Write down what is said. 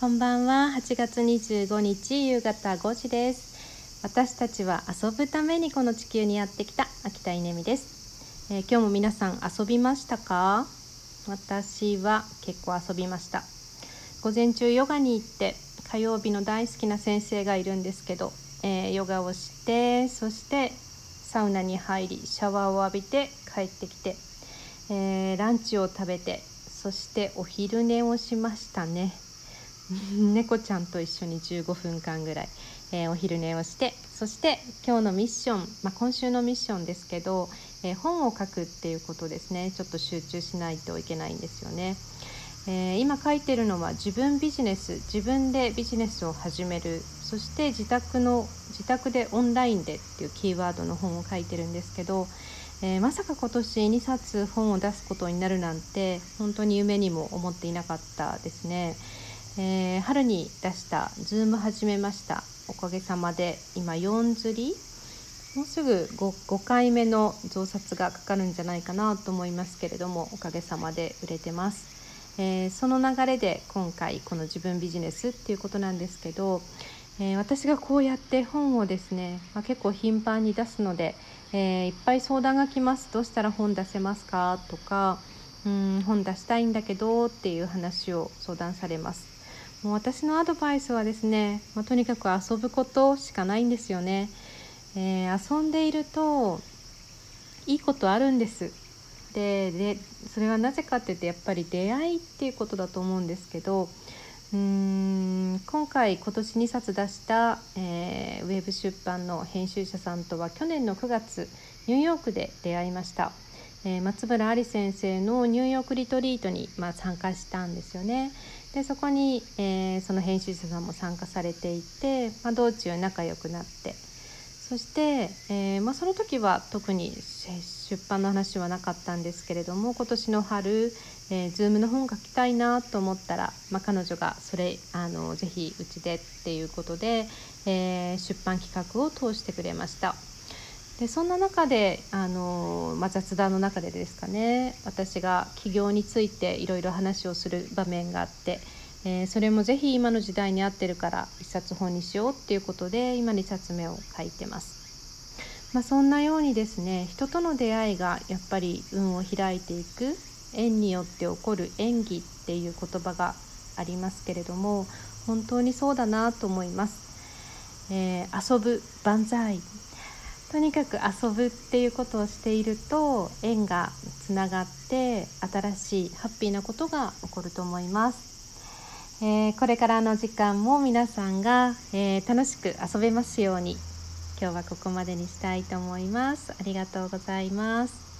こんばんは。8月25日夕方5時です。私たちは遊ぶためにこの地球にやってきた秋田稲美です。今日も皆さん遊びましたか？私は結構遊びました。午前中ヨガに行って、火曜日の大好きな先生がいるんですけど、ヨガをして、そしてサウナに入りシャワーを浴びて帰ってきて、ランチを食べて、そしてお昼寝をしましたね。猫ちゃんと一緒に15分間ぐらい、お昼寝をして、そして今日のミッション、今週のミッションですけど、本を書くっていうことですね。ちょっと集中しないといけないんですよね。今書いてるのは自分ビジネス、自分でビジネスを始める、そして自宅でオンラインでっていうキーワードの本を書いてるんですけど、まさか今年2冊本を出すことになるなんて本当に夢にも思っていなかったですね。春に出したズーム始めました。おかげさまで今4釣り、もうすぐ 5回目の増刷がかかるんじゃないかなと思いますけれども、おかげさまで売れてます。その流れで今回この自分ビジネスっていうことなんですけど、私がこうやって本をですね、結構頻繁に出すので、いっぱい相談が来ます。どうしたら本出せますかとか、本出したいんだけどっていう話を相談されます。もう私のアドバイスはですね、とにかく遊ぶことしかないんですよね。遊んでいるといいことあるんです。でそれはなぜかって言って、やっぱり出会いっていうことだと思うんですけど、今年2冊出した、ウェブ出版の編集者さんとは去年の9月ニューヨークで出会いました。松村あり先生のニューヨークリトリートに、参加したんですよね。でそこに、その編集者さんも参加されていて、道中仲良くなって、そして、その時は特に出版の話はなかったんですけれども、今年の春、Zoom の本書きたいなと思ったら、彼女がそれぜひうちでっていうことで、出版企画を通してくれました。でそんな中で雑談の中でですかね、私が起業についていろいろ話をする場面があって、それもぜひ今の時代に合ってるから一冊本にしようっていうことで、今2冊目を書いてます。そんなようにですね、人との出会いがやっぱり運を開いていく、縁によって起こる縁起っていう言葉がありますけれども、本当にそうだなと思います。遊ぶ万歳、とにかく遊ぶっていうことをしていると縁がつながって、新しいハッピーなことが起こると思います。これからの時間も皆さんが、楽しく遊べますように、今日はここまでにしたいと思います。ありがとうございます。